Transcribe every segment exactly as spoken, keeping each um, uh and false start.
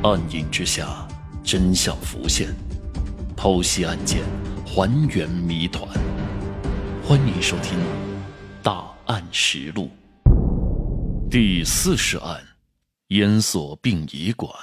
暗影之下，真相浮现，剖析案件，还原谜团。欢迎收听《大案实录》第四十案：烟锁殡仪馆。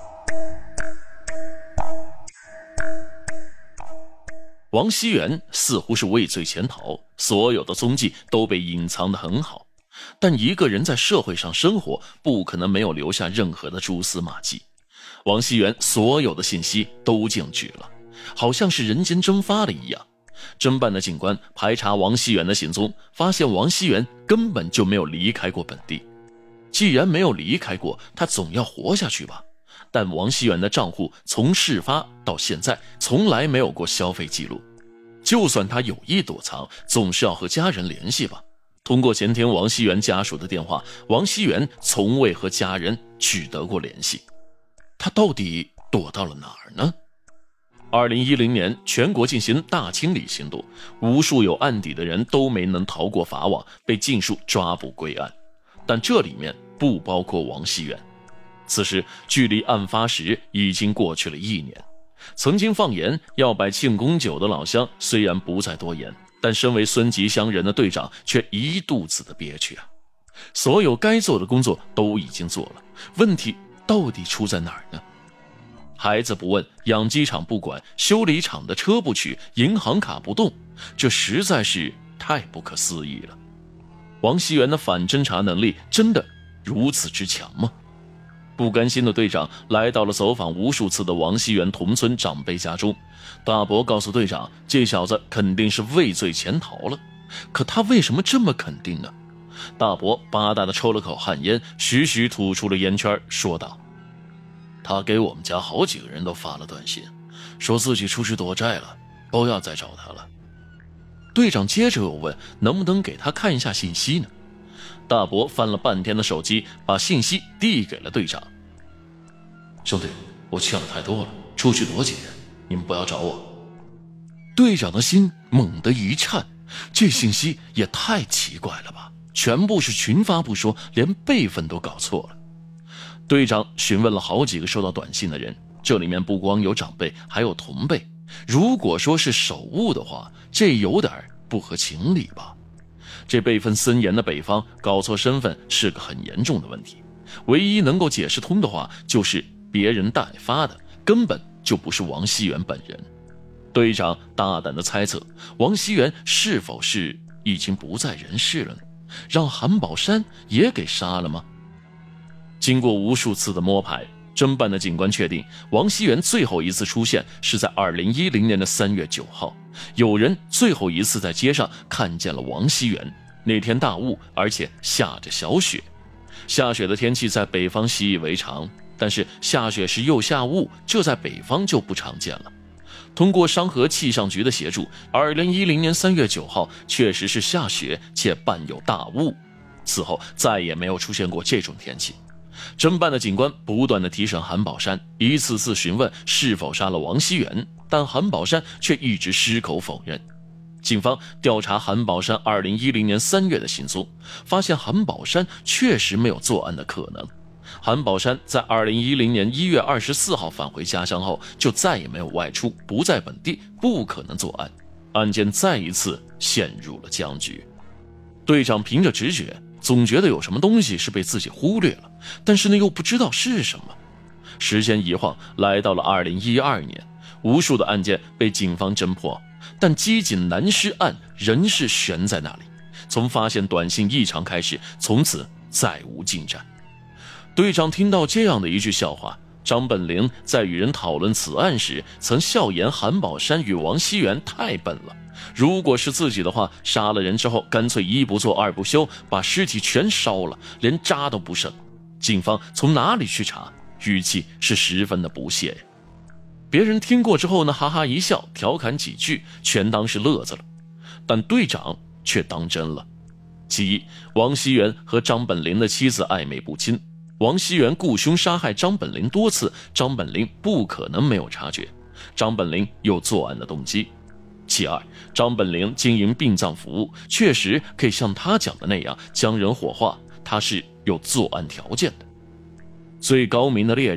王熙元似乎是畏罪潜逃，所有的踪迹都被隐藏得很好。但一个人在社会上生活，不可能没有留下任何的蛛丝马迹。王熙元所有的信息都静止了，好像是人间蒸发了一样。侦办的警官排查王熙元的行踪，发现王熙元根本就没有离开过本地。既然没有离开过，他总要活下去吧。但王熙元的账户从事发到现在从来没有过消费记录，就算他有意躲藏，总是要和家人联系吧。通过前天王熙元家属的电话，王熙元从未和家人取得过联系。他到底躲到了哪儿呢？二零一零年全国进行大清理行动，无数有案底的人都没能逃过法网，被尽数抓捕归案。但这里面不包括王熙元。此时距离案发时已经过去了一年。曾经放言要摆庆功酒的老乡虽然不再多言，但身为孙集乡人的队长却一肚子的憋屈啊！所有该做的工作都已经做了，问题到底出在哪儿呢？孩子不问，养鸡场不管，修理厂的车不取，银行卡不动，这实在是太不可思议了。王熙元的反侦查能力真的如此之强吗？不甘心的队长来到了走访无数次的王熙元同村长辈家中。大伯告诉队长，这小子肯定是畏罪潜逃了。可他为什么这么肯定呢？大伯吧嗒地抽了口旱烟，徐徐吐出了烟圈，说道：他给我们家好几个人都发了短信，说自己出去躲债了，不要再找他了。队长接着又问，能不能给他看一下信息呢？大伯翻了半天的手机，把信息递给了队长。兄弟，我欠了太多了，出去躲几天，你们不要找我。队长的心猛地一颤，这信息也太奇怪了吧，全部是群发不说，连辈分都搞错了。队长询问了好几个收到短信的人，这里面不光有长辈，还有同辈。如果说是手误的话，这有点不合情理吧。这辈分森严的北方，搞错身份是个很严重的问题。唯一能够解释通的话，就是别人代发的，根本就不是王熙元本人。队长大胆地猜测，王熙元是否是已经不在人世了呢？让韩宝山也给杀了吗？经过无数次的摸排，侦办的警官确定，王熙元最后一次出现是在二零一零年的三月九号。有人最后一次在街上看见了王熙元，那天大雾，而且下着小雪。下雪的天气在北方习以为常，但是下雪时又下雾，这在北方就不常见了。通过商河气象局的协助，二零一零年三月九号确实是下雪且伴有大雾，此后再也没有出现过这种天气。侦办的警官不断地提审韩宝山，一次次询问是否杀了王熙元，但韩宝山却一直矢口否认。警方调查韩宝山二零一零年三月的行踪，发现韩宝山确实没有作案的可能。韩宝山在二零一零年一月二十四号返回家乡后，就再也没有外出，不在本地，不可能作案。案件再一次陷入了僵局。队长凭着直觉，总觉得有什么东西是被自己忽略了，但是呢又不知道是什么。时间一晃，来到了二零一二年，无数的案件被警方侦破，但机井男尸案仍是悬在那里。从发现短信异常开始，从此再无进展。队长听到这样的一句笑话，张本灵在与人讨论此案时，曾笑言韩宝山与王熙元太笨了，如果是自己的话，杀了人之后干脆一不做二不休，把尸体全烧了，连渣都不剩。警方从哪里去查？语气是十分的不屑。别人听过之后呢，哈哈一笑，调侃几句，全当是乐子了。但队长却当真了。其一，王熙元和张本灵的妻子暧昧不清，王熙元雇凶杀害张本灵多次，张本灵不可能没有察觉，张本灵有作案的动机。其二，张本灵经营殡葬服务，确实可以像他讲的那样将人火化，他是有作案条件的。最高明的猎人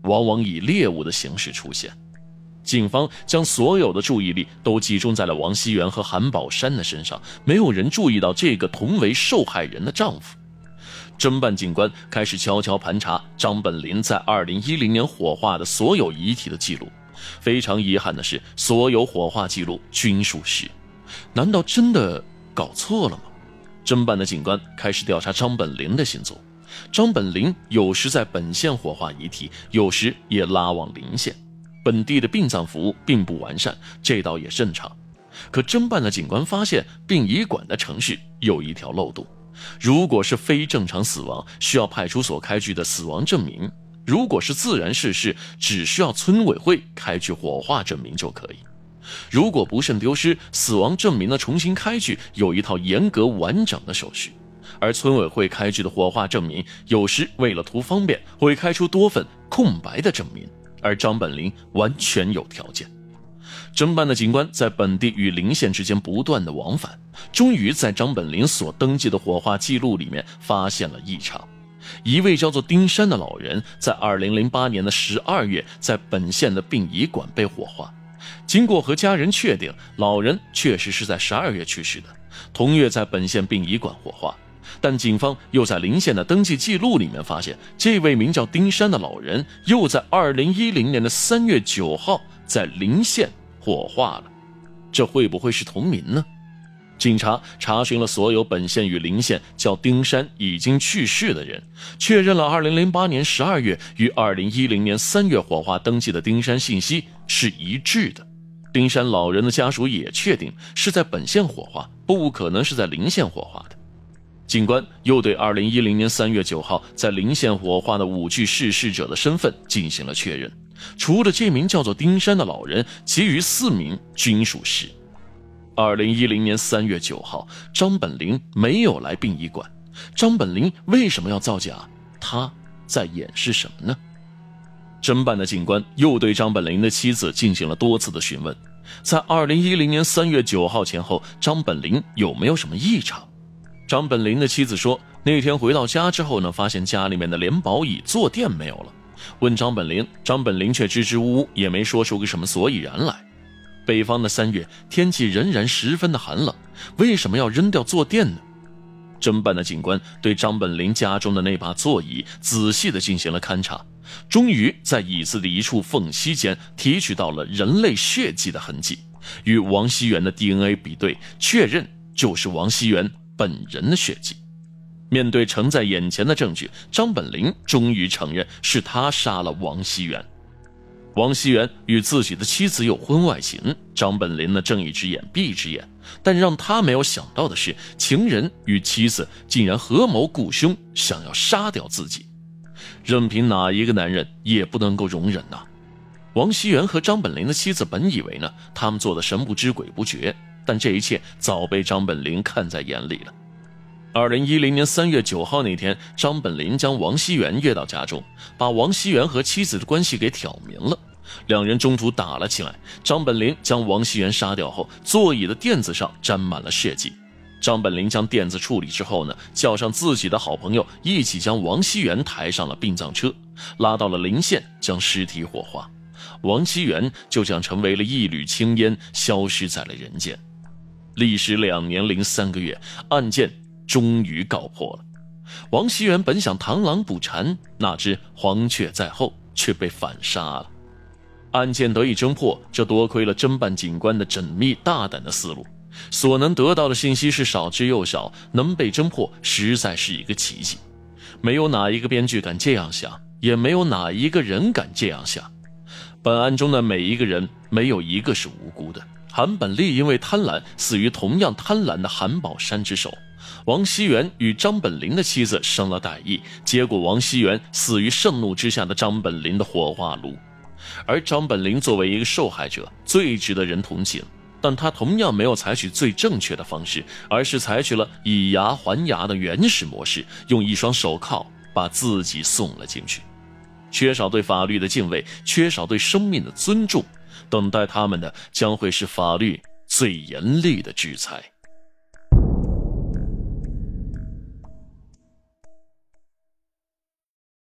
往往以猎物的形式出现。警方将所有的注意力都集中在了王熙元和韩宝山的身上，没有人注意到这个同为受害人的丈夫。侦办警官开始悄悄盘查张本林在二零一零年火化的所有遗体的记录。非常遗憾的是，所有火化记录均属实。难道真的搞错了吗？侦办的警官开始调查张本林的行踪。张本林有时在本县火化遗体，有时也拉往临县。本地的殡葬服务并不完善，这倒也正常。可侦办的警官发现，殡仪馆的程序有一条漏洞。如果是非正常死亡，需要派出所开具的死亡证明；如果是自然逝世，只需要村委会开具火化证明就可以。如果不慎丢失，死亡证明的重新开具有一套严格完整的手续。而村委会开具的火化证明，有时为了图方便，会开出多份空白的证明，而张本林完全有条件。侦办的警官在本地与临县之间不断的往返，终于在张本林所登记的火化记录里面发现了异常。一位叫做丁山的老人在二零零八年的十二月在本县的殡仪馆被火化。经过和家人确定，老人确实是在十二月去世的，同月在本县殡仪馆火化。但警方又在临县的登记记录里面发现，这位名叫丁山的老人又在二零一零年的三月九号在临县火化了。这会不会是同名呢？警察查询了所有本县与临县叫丁山已经去世的人，确认了二零零八年十二月与二零一零年三月火化登记的丁山信息是一致的。丁山老人的家属也确定是在本县火化，不可能是在临县火化的。警官又对二零一零年三月九号在临县火化的五具逝世者的身份进行了确认，除了这名叫做丁山的老人，其余四名均属实。二零一零年三月九号，张本林没有来殡仪馆。张本林为什么要造假？他在掩饰什么呢？侦办的警官又对张本林的妻子进行了多次的询问，在二零一零年三月九号前后，张本林有没有什么异常？张本林的妻子说，那天回到家之后呢，发现家里面的联保椅坐垫没有了。问张本林，张本林却支支吾吾，也没说出个什么所以然来。北方的三月，天气仍然十分的寒冷，为什么要扔掉坐垫呢？侦办的警官对张本林家中的那把座椅仔细地进行了勘察，终于在椅子的一处缝隙间提取到了人类血迹的痕迹，与王熙元的 D N A 比对，确认就是王熙元本人的血迹。面对呈在眼前的证据，张本林终于承认是他杀了王熙元。王熙元与自己的妻子有婚外情，张本林呢睁一只眼闭一只眼，但让他没有想到的是，情人与妻子竟然合谋雇凶，想要杀掉自己。任凭哪一个男人也不能够容忍呐、啊！王熙元和张本林的妻子本以为呢，他们做的神不知鬼不觉，但这一切早被张本林看在眼里了。二零一零年三月九号那天，张本林将王熙元约到家中，把王熙元和妻子的关系给挑明了。两人中途打了起来，张本林将王熙元杀掉后，座椅的垫子上沾满了血迹。张本林将垫子处理之后呢，叫上自己的好朋友一起将王熙元抬上了殡葬车，拉到了临县将尸体火化。王熙元就这样成为了一缕青烟，消失在了人间。历时两年零三个月，案件终于告破了。王熙元本想螳螂捕蝉，哪知黄雀在后，却被反杀了。案件得以侦破，这多亏了侦办警官的缜密大胆的思路。所能得到的信息是少之又少，能被侦破实在是一个奇迹。没有哪一个编剧敢这样想，也没有哪一个人敢这样想。本案中的每一个人，没有一个是无辜的。韩本利因为贪婪死于同样贪婪的韩宝山之手，王熙元与张本林的妻子生了歹意，结果王熙元死于盛怒之下的张本林的火化炉。而张本林作为一个受害者，最值得人同情，但他同样没有采取最正确的方式，而是采取了以牙还牙的原始模式，用一双手铐把自己送了进去。缺少对法律的敬畏，缺少对生命的尊重，等待他们的将会是法律最严厉的制裁。